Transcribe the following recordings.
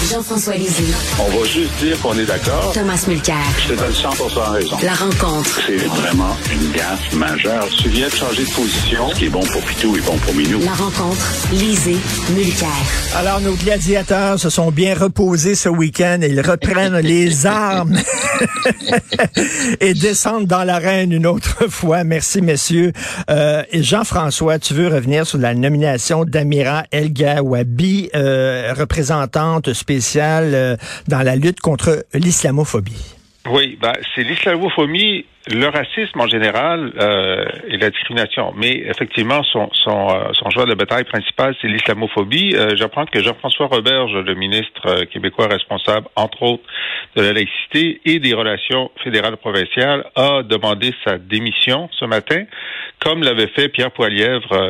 Jean-François Lisée. On va juste dire qu'on est d'accord. Thomas Mulcair. Je te donne 100% raison. La rencontre. C'est vraiment une gaffe majeure. Tu viens de changer de position. Ce qui est bon pour Pitou est bon pour Minou. La rencontre. Lisée. Mulcair. Alors, nos gladiateurs se sont bien reposés ce week-end et ils reprennent les armes et descendent dans l'arène une autre fois. Merci, messieurs. Et Jean-François, tu veux revenir sur la nomination d'Amira El-Gawabi, représentante spéciale dans la lutte contre l'islamophobie. Oui, c'est l'islamophobie, le racisme en général et la discrimination. Mais effectivement, son choix de bataille principal, c'est l'islamophobie. J'apprends que Jean-François Roberge, le ministre québécois responsable, entre autres, de la laïcité et des relations fédérales provinciales, a demandé sa démission ce matin, comme l'avait fait Pierre Poilievre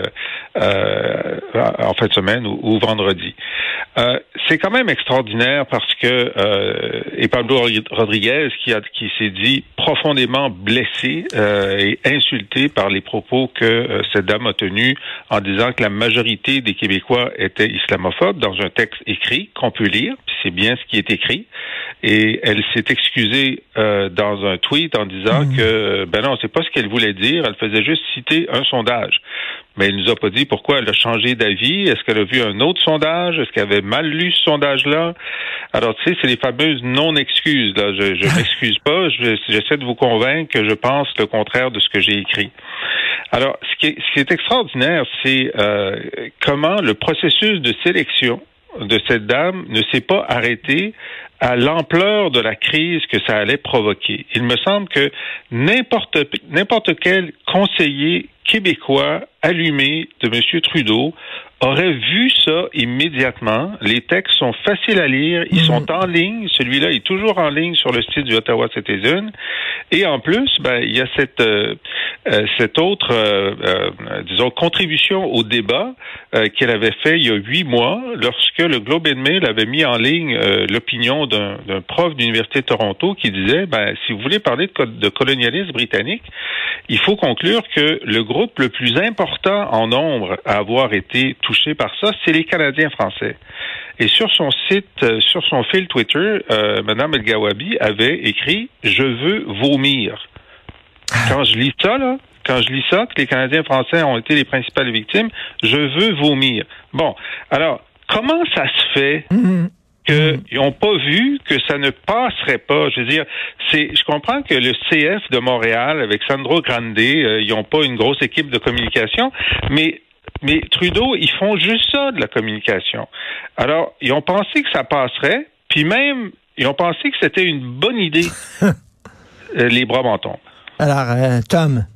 en fin de semaine ou vendredi. C'est quand même extraordinaire parce que et Pablo Rodriguez qui s'est dit profondément blessé et insulté par les propos que cette dame a tenus en disant que la majorité des Québécois étaient islamophobes dans un texte écrit qu'on peut lire, puis c'est bien ce qui est écrit. Et elle s'est excusée dans un tweet en disant que non, c'est pas ce qu'elle voulait dire, elle faisait juste citer un sondage. Mais elle nous a pas dit pourquoi elle a changé d'avis. Est-ce qu'elle a vu un autre sondage? Est-ce qu'elle avait mal lu ce sondage-là? Alors, tu sais, c'est les fameuses non-excuses, là. Je m'excuse pas. J'essaie de vous convaincre que je pense le contraire de ce que j'ai écrit. Alors, ce qui est extraordinaire, c'est comment le processus de sélection de cette dame ne s'est pas arrêté à l'ampleur de la crise que ça allait provoquer. Il me semble que n'importe quel conseiller québécois allumé de M. Trudeau aurait vu ça immédiatement. Les textes sont faciles à lire, ils sont en ligne. Celui-là est toujours en ligne sur le site du Ottawa Citizen. Et en plus, il y a cette autre, disons, contribution au débat qu'elle avait fait il y a 8 mois, lorsque le Globe and Mail avait mis en ligne l'opinion d'un prof d'Université de Toronto qui disait, si vous voulez parler de colonialisme britannique, il faut conclure que le groupe le plus important en nombre à avoir été touché par ça, c'est les Canadiens français. Et sur son site, sur son fil Twitter, Mme El-Gawabi avait écrit « Je veux vomir ». Quand je lis ça, que les Canadiens français ont été les principales victimes, je veux vomir. Bon, alors, comment ça se fait qu'ils n'ont pas vu que ça ne passerait pas? Je veux dire, je comprends que le CF de Montréal, avec Sandro Grande, ils n'ont pas une grosse équipe de communication, mais Trudeau, ils font juste ça, de la communication. Alors, ils ont pensé que ça passerait, puis même, ils ont pensé que c'était une bonne idée. Les bras m'en tombent. Alors, Tom?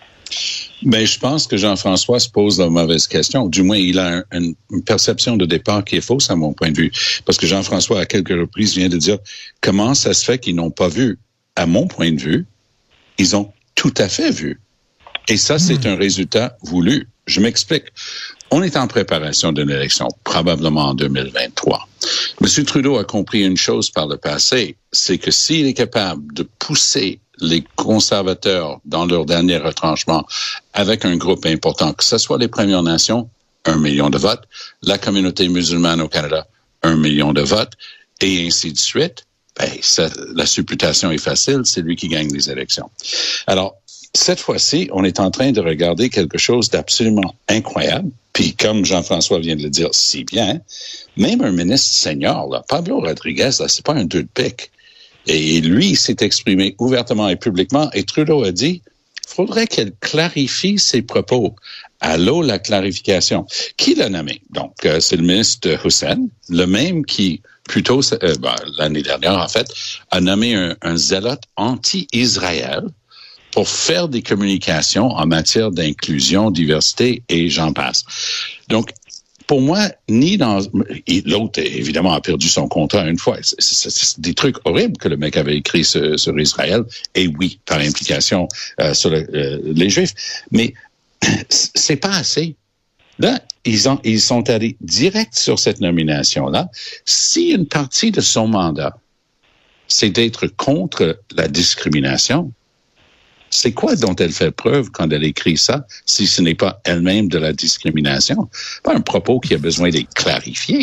Je pense que Jean-François se pose la mauvaise question. Du moins, il a une perception de départ qui est fausse à mon point de vue. Parce que Jean-François, à quelques reprises, vient de dire comment ça se fait qu'ils n'ont pas vu. À mon point de vue, ils ont tout à fait vu. Et ça, c'est un résultat voulu. Je m'explique. On est en préparation d'une élection, probablement en 2023. M. Trudeau a compris une chose par le passé, c'est que s'il est capable de pousser les conservateurs dans leur dernier retranchement avec un groupe important, que ce soit les Premières Nations, 1 million de votes, la communauté musulmane au Canada, 1 million de votes, et ainsi de suite, la supputation est facile, c'est lui qui gagne les élections. Alors, cette fois-ci, on est en train de regarder quelque chose d'absolument incroyable. Puis, comme Jean-François vient de le dire si bien, même un ministre senior, là, Pablo Rodriguez, là, c'est pas un deux de pique. Et lui, il s'est exprimé ouvertement et publiquement. Et Trudeau a dit, faudrait qu'elle clarifie ses propos. Allô, la clarification. Qui l'a nommé? Donc, c'est le ministre Hussein, le même qui, plutôt l'année dernière, en fait, a nommé un zélote anti-Israël pour faire des communications en matière d'inclusion, diversité et j'en passe. Donc, pour moi, l'autre, évidemment, a perdu son contrat une fois. C'est des trucs horribles que le mec avait écrit sur Israël. Et oui, par implication sur les Juifs. Mais c'est pas assez. Là, ils sont allés direct sur cette nomination-là. Si une partie de son mandat, c'est d'être contre la discrimination, c'est quoi dont elle fait preuve quand elle écrit ça, si ce n'est pas elle-même de la discrimination? Pas un propos qui a besoin d'être clarifié.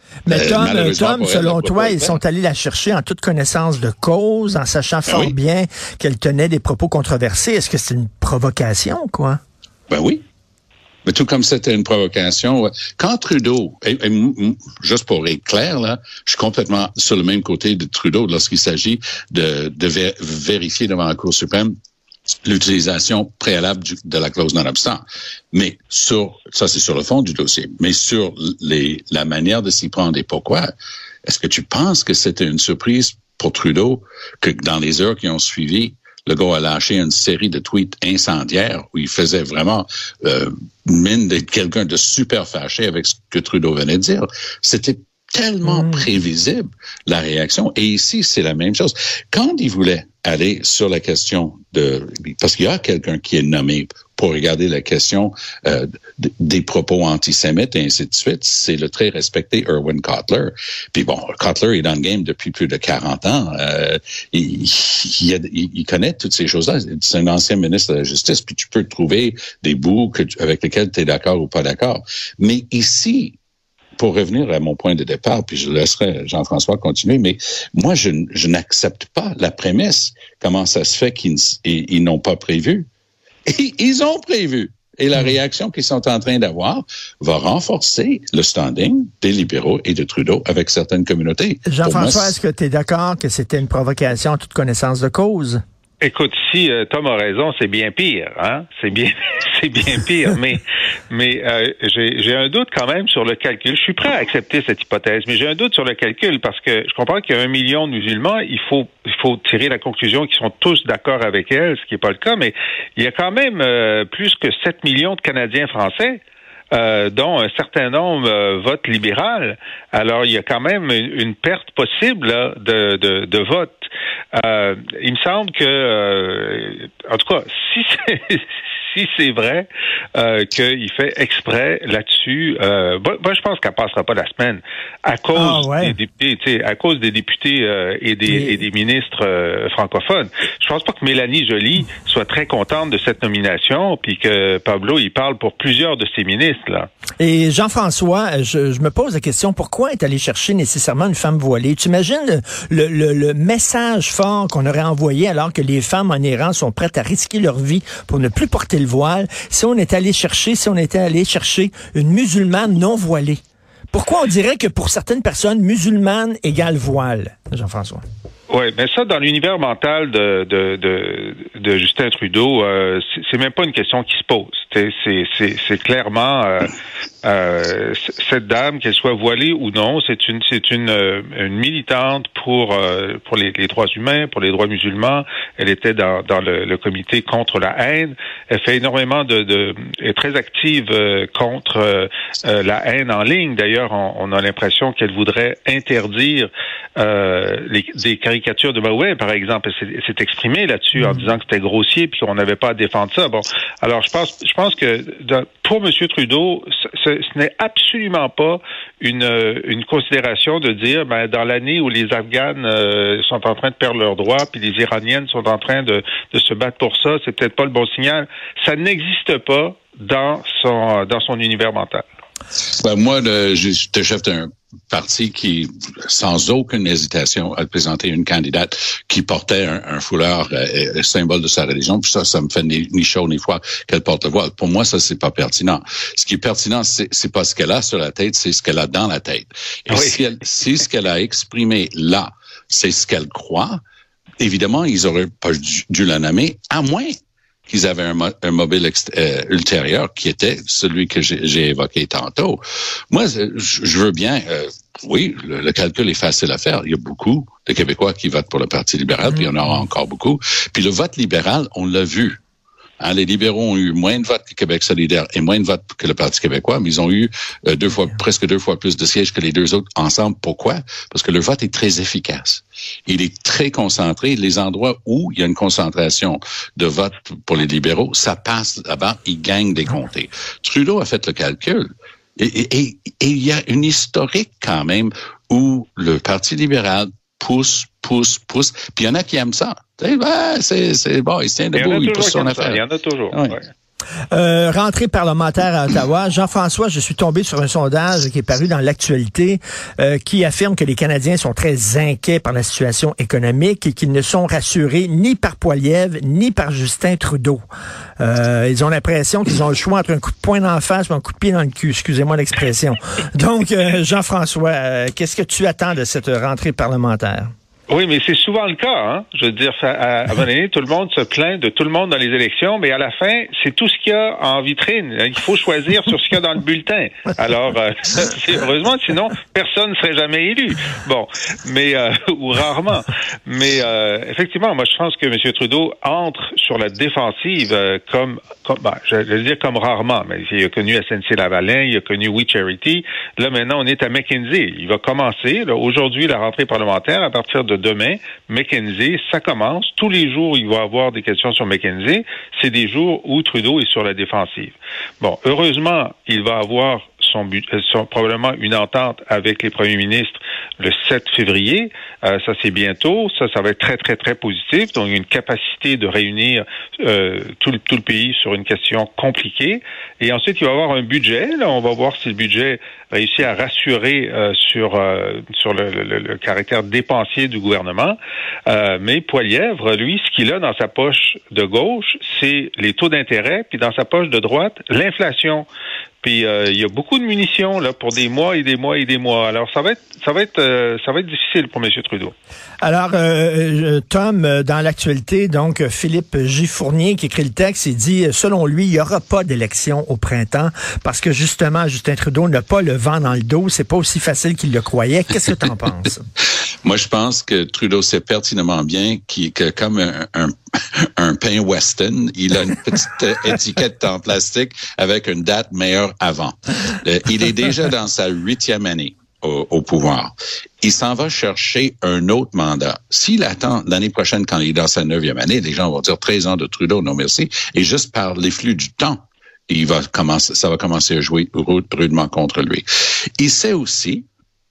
Mais Tom, selon toi, ils sont allés la chercher en toute connaissance de cause, en sachant fort bien qu'elle tenait des propos controversés. Est-ce que c'est une provocation, quoi? Ben oui. Mais tout comme c'était une provocation, quand Trudeau, juste pour être clair, là, je suis complètement sur le même côté de Trudeau lorsqu'il s'agit de vérifier devant la Cour suprême l'utilisation préalable de la clause non-obstant. Mais ça c'est sur le fond du dossier, mais sur la manière de s'y prendre et pourquoi, est-ce que tu penses que c'était une surprise pour Trudeau que dans les heures qui ont suivi, le gars a lâché une série de tweets incendiaires où il faisait vraiment mine d'être quelqu'un de super fâché avec ce que Trudeau venait de dire. C'était tellement prévisible, la réaction. Et ici, c'est la même chose. Quand il voulait aller sur la question parce qu'il y a quelqu'un qui est nommé pour regarder la question des propos antisémites et ainsi de suite, c'est le très respecté Irwin Cotler. Puis bon, Cotler est dans le game depuis plus de 40 ans. Il connaît toutes ces choses-là. C'est un ancien ministre de la Justice, puis tu peux trouver des bouts avec lesquels tu es d'accord ou pas d'accord. Mais ici, pour revenir à mon point de départ, puis je laisserai Jean-François continuer, mais moi, je n'accepte pas la prémisse. Comment ça se fait qu'ils n'ont pas prévu? Et ils ont prévu. Et la réaction qu'ils sont en train d'avoir va renforcer le standing des libéraux et de Trudeau avec certaines communautés. Jean-François, est-ce que tu es d'accord que c'était une provocation en toute connaissance de cause? Écoute, si Tom a raison, c'est bien pire, hein. C'est bien pire. Mais j'ai un doute quand même sur le calcul. Je suis prêt à accepter cette hypothèse, mais j'ai un doute sur le calcul parce que je comprends qu'il y a 1 million de musulmans. Il faut tirer la conclusion qu'ils sont tous d'accord avec elle, ce qui n'est pas le cas. Mais il y a quand même plus que 7 millions de Canadiens français. Dont un certain nombre votent libéral. Alors, il y a quand même une perte possible là, de vote. Il me semble que, en tout cas, si c'est vrai qu'il fait exprès là-dessus, moi je pense qu'elle passera pas la semaine à cause des députés, à cause des députés et des ministres francophones. Je pense pas que Mélanie Joly soit très contente de cette nomination, puis que Pablo il parle pour plusieurs de ses ministres là. Et Jean-François, je me pose la question, pourquoi est allé chercher nécessairement une femme voilée? Tu imagines le message fort qu'on aurait envoyé alors que les femmes en Iran sont prêtes à risquer leur vie pour ne plus porter le voile, si on était allé chercher une musulmane non voilée? Pourquoi on dirait que pour certaines personnes, musulmane égale voile, Jean-François? Oui, mais ça, dans l'univers mental de Justin Trudeau, c'est même pas une question qui se pose. C'est clairement cette dame, qu'elle soit voilée ou non, c'est une militante pour les droits humains, pour les droits musulmans. Elle était dans le comité contre la haine. Elle fait énormément est très active contre la haine en ligne. D'ailleurs, on a l'impression qu'elle voudrait interdire des caricatures de Mahomet, par exemple. Elle s'est exprimée là-dessus en disant que c'était grossier puis qu'on n'avait pas à défendre ça. Bon, alors je pense que pour M. Trudeau, ce n'est absolument pas une considération de dire, dans l'année où les Afghanes sont en train de perdre leurs droits, puis les Iraniennes sont en train de se battre pour ça, c'est peut-être pas le bon signal. Ça n'existe pas dans son univers mental. Moi, j'étais chef d'un parti qui, sans aucune hésitation, a présenté une candidate qui portait un foulard symbole de sa religion. Puis ça me fait ni chaud ni froid qu'elle porte le voile. Pour moi, ça, c'est pas pertinent. Ce qui est pertinent, c'est pas ce qu'elle a sur la tête, c'est ce qu'elle a dans la tête. Et si ce qu'elle a exprimé là, c'est ce qu'elle croit, évidemment, ils auraient pas dû la nommer, à moins qu'ils avaient un mobile ultérieur qui était celui que j'ai évoqué tantôt. Moi, je veux bien, oui, le calcul est facile à faire. Il y a beaucoup de Québécois qui votent pour le Parti libéral, puis il y en aura encore beaucoup. Puis le vote libéral, on l'a vu. Hein, les libéraux ont eu moins de votes que Québec solidaire et moins de votes que le Parti québécois, mais ils ont eu presque deux fois plus de sièges que les deux autres ensemble. Pourquoi? Parce que le vote est très efficace. Il est très concentré. Les endroits où il y a une concentration de vote pour les libéraux, ça passe là-bas, ils gagnent des comtés. Trudeau a fait le calcul. Et il y a une historique quand même où le Parti libéral pousse. Puis il y en a qui aiment ça. C'est bon, il se tient debout, il pousse son affaire. Il y en a toujours. Ouais. Rentrée parlementaire à Ottawa. Jean-François, je suis tombé sur un sondage qui est paru dans l'actualité qui affirme que les Canadiens sont très inquiets par la situation économique et qu'ils ne sont rassurés ni par Poilievre ni par Justin Trudeau. Ils ont l'impression qu'ils ont le choix entre un coup de poing d'en face ou un coup de pied dans le cul. Excusez-moi l'expression. Donc, Jean-François, qu'est-ce que tu attends de cette rentrée parlementaire? Oui, mais c'est souvent le cas. Hein? Je veux dire, à un moment donné, tout le monde se plaint de tout le monde dans les élections, mais à la fin, c'est tout ce qu'il y a en vitrine. Il faut choisir sur ce qu'il y a dans le bulletin. Alors, heureusement, sinon, personne ne serait jamais élu. Bon, mais ou rarement. Mais effectivement, moi, je pense que M. Trudeau entre sur la défensive comme je vais dire comme rarement. Mais il a connu SNC-Lavalin, il a connu We Charity. Là, maintenant, on est à McKinsey. Il va commencer aujourd'hui la rentrée parlementaire à partir de demain, McKinsey, ça commence. Tous les jours, il va y avoir des questions sur McKinsey. C'est des jours où Trudeau est sur la défensive. Bon, heureusement, il va avoir probablement une entente avec les premiers ministres le 7 février. Ça, c'est bientôt. Ça va être très, très, très positif. Donc, une capacité de réunir tout le pays sur une question compliquée. Et ensuite, il va y avoir un budget. Là, on va voir si le budget réussit à rassurer sur le caractère dépensier du gouvernement. Mais Poilievre, lui, ce qu'il a dans sa poche de gauche, c'est les taux d'intérêt, puis dans sa poche de droite, l'inflation. Puis il y a beaucoup de munitions là pour des mois et des mois et des mois. Alors ça va être difficile pour M. Trudeau. Alors Tom, dans l'actualité, donc Philippe J. Fournier qui écrit le texte, il dit selon lui, il n'y aura pas d'élection au printemps parce que justement Justin Trudeau n'a pas le vent dans le dos, c'est pas aussi facile qu'il le croyait. Qu'est-ce que tu en penses? Moi, je pense que Trudeau sait pertinemment bien que comme un pain Weston, il a une petite étiquette en plastique avec une date meilleure avant. Il est déjà dans sa 8e année au pouvoir. Il s'en va chercher un autre mandat. S'il attend l'année prochaine, quand il est dans sa 9e année, les gens vont dire 13 ans de Trudeau, non merci. Et juste par les flux du temps, ça va commencer à jouer rudement contre lui. Il sait aussi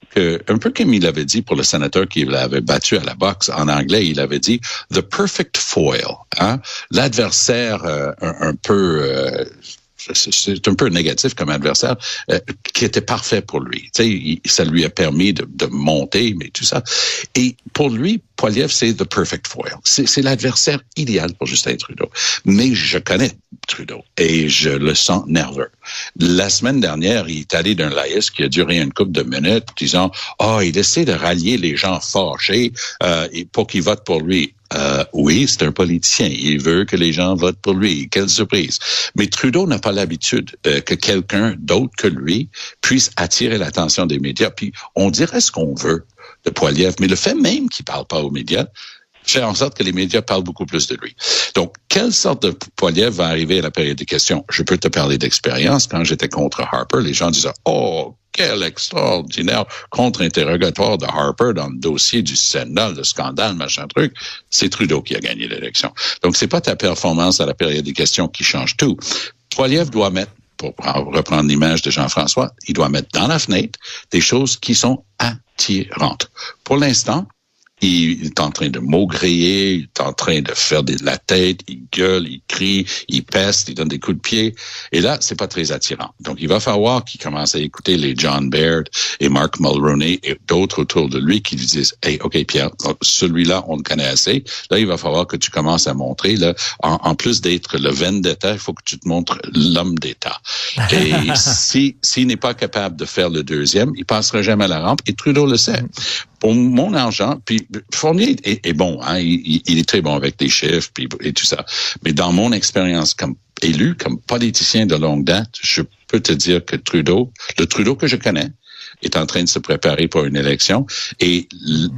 un peu comme il avait dit pour le sénateur qui l'avait battu à la boxe en anglais, il avait dit « the perfect foil hein? ». L'adversaire un peu... c'est un peu négatif comme adversaire, qui était parfait pour lui. Tu sais, ça lui a permis de monter, mais tout ça. Et pour lui, Poilievre, c'est the perfect foil. C'est l'adversaire idéal pour Justin Trudeau. Mais je connais Trudeau et je le sens nerveux. La semaine dernière, il est allé d'un laïus qui a duré une couple de minutes, disant « il essaie de rallier les gens fâchés pour qu'ils votent pour lui ». Oui, c'est un politicien. Il veut que les gens votent pour lui. Quelle surprise. Mais Trudeau n'a pas l'habitude que quelqu'un d'autre que lui puisse attirer l'attention des médias. Puis on dirait ce qu'on veut de Poilievre, mais le fait même qu'il parle pas aux médias fait en sorte que les médias parlent beaucoup plus de lui. Donc, quelle sorte de Poilievre va arriver à la période des questions? Je peux te parler d'expérience. Quand j'étais contre Harper, les gens disaient « Oh, quel extraordinaire contre-interrogatoire de Harper dans le dossier du Sénat, le scandale, machin truc. » C'est Trudeau qui a gagné l'élection. Donc, c'est pas ta performance à la période des questions qui change tout. Poilievre doit mettre, pour reprendre l'image de Jean-François, il doit mettre dans la fenêtre des choses qui sont attirantes. Pour l'instant, il est en train de maugréer, il est en train de faire de la tête, il gueule, il crie, il peste, il donne des coups de pied. Et là, c'est pas très attirant. Donc, il va falloir qu'il commence à écouter les John Baird et Mark Mulroney et d'autres autour de lui qui lui disent « Hey, OK, Pierre, celui-là, on le connaît assez. Là, il va falloir que tu commences à montrer, là, en plus d'être le vendetta, il faut que tu te montres l'homme d'État. » Et s'il n'est pas capable de faire le deuxième, il passera jamais à la rampe et Trudeau le sait. Pour mon argent, puis Fournier est bon, hein, il est très bon avec les chiffres et tout ça. Mais dans mon expérience comme élu, comme politicien de longue date, je peux te dire que le Trudeau que je connais, est en train de se préparer pour une élection. Et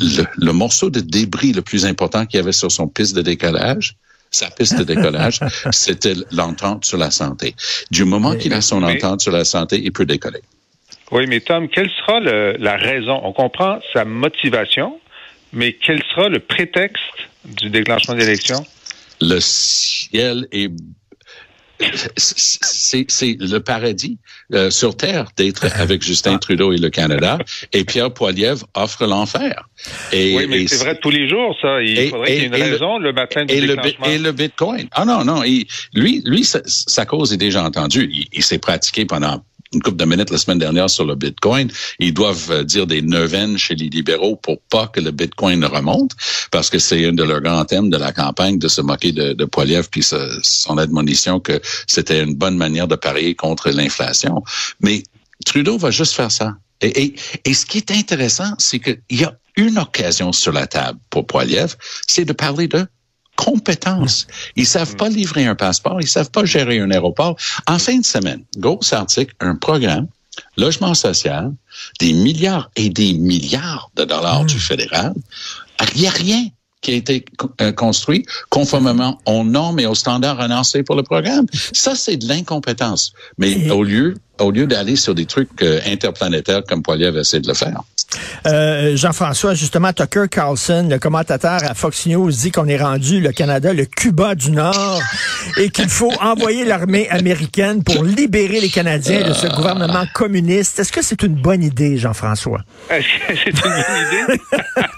le morceau de débris le plus important qu'il y avait sur son piste de décollage, sa piste de décollage, c'était l'entente sur la santé. Du moment qu'il a son entente sur la santé, il peut décoller. Oui, mais Tom, quelle sera la raison? On comprend sa motivation, mais quel sera le prétexte du déclenchement d'élection? Le ciel est c'est le paradis sur Terre d'être avec Justin Trudeau et le Canada, et Pierre Poilievre offre l'enfer. Oui, mais c'est vrai tous les jours, ça. Il faudrait qu'il y ait une raison le matin du déclenchement. Et le Bitcoin. Ah non, lui, sa cause est déjà entendue. Il s'est pratiqué pendant une couple de minutes la semaine dernière sur le Bitcoin. Ils doivent dire des neuvaines chez les libéraux pour pas que le Bitcoin ne remonte, parce que c'est un de leurs grands thèmes de la campagne, de se moquer de Poilievre puis son admonition que c'était une bonne manière de parier contre l'inflation. Mais Trudeau va juste faire ça. Et ce qui est intéressant, c'est qu'il y a une occasion sur la table pour Poilievre, c'est de parler de compétences. Ils savent pas livrer un passeport, ils savent pas gérer un aéroport. En fin de semaine, gros article, un programme, logement social, des milliards et des milliards de dollars du fédéral. Il n'y a rien qui a été construit conformément aux normes et aux standards annoncés pour le programme. Ça, c'est de l'incompétence. Mais au lieu d'aller sur des trucs interplanétaires comme Poilievre essaie de le faire. Jean-François, justement, Tucker Carlson, le commentateur à Fox News, dit qu'on est rendu, le Canada, le Cuba du Nord, et qu'il faut envoyer l'armée américaine pour libérer les Canadiens de ce gouvernement communiste. Est-ce que c'est une bonne idée, Jean-François? Est-ce que c'est une bonne idée?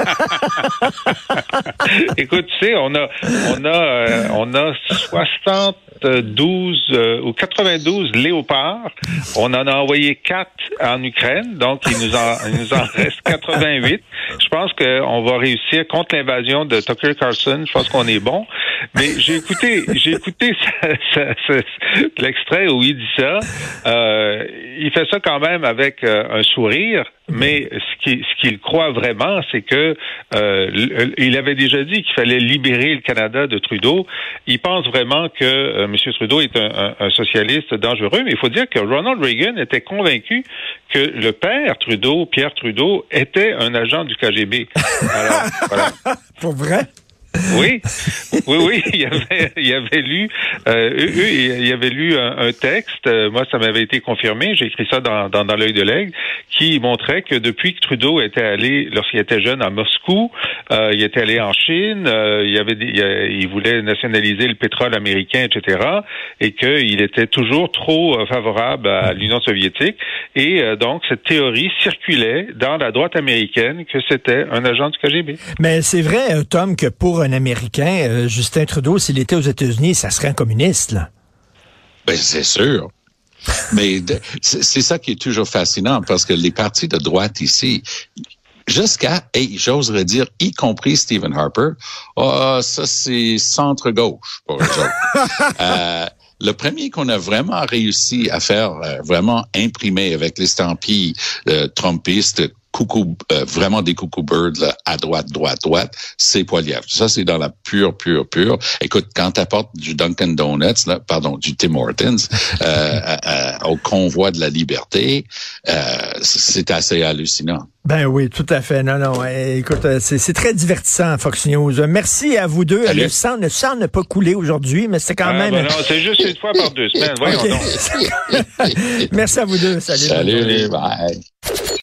Écoute, tu sais, on a 72 ou 92 léopards. On en a envoyé 4 en Ukraine, donc il nous en reste 88. Je pense qu'on va réussir contre l'invasion de Tucker Carlson. Je pense qu'on est bon. Mais j'ai écouté l'extrait où il dit ça. Il fait ça quand même avec un sourire. Mais ce qu'il croit vraiment, c'est que il avait déjà dit qu'il fallait libérer le Canada de Trudeau. Il pense vraiment que M. Trudeau est un socialiste dangereux, mais il faut dire que Ronald Reagan était convaincu que le père Trudeau, Pierre Trudeau, était un agent du KGB. Alors, voilà. Pour vrai? Oui, il avait lu un texte. Moi, ça m'avait été confirmé. J'ai écrit ça dans l'Œil de l'Aigle, qui montrait que depuis que Trudeau était allé, lorsqu'il était jeune, à Moscou, il était allé en Chine, il voulait nationaliser le pétrole américain, etc., et qu'il était toujours trop favorable à l'Union soviétique. Et donc, cette théorie circulait dans la droite américaine que c'était un agent du KGB. Mais c'est vrai, Tom, que pour un Américain, Justin Trudeau, s'il était aux États-Unis, ça serait un communiste, là. Ben, c'est sûr. Mais c'est ça qui est toujours fascinant, parce que les partis de droite ici, jusqu'à, j'oserais dire, y compris Stephen Harper, ça c'est centre-gauche pour eux autres. Le premier qu'on a vraiment réussi à faire vraiment imprimer avec l'estampille trumpiste, vraiment des coucou birds là, à droite, c'est Poilievre. Ça, c'est dans la pure. Écoute, quand t'apportes du Dunkin' Donuts, du Tim Hortons, au convoi de la liberté, c'est assez hallucinant. Ben oui, tout à fait. Non. Écoute, c'est très divertissant, Fox News. Merci à vous deux. Le sang n'a pas coulé aujourd'hui, mais c'est quand même... Ben non, c'est juste une fois par 2 semaines. Voyons donc. Merci à vous deux. Salut, bye.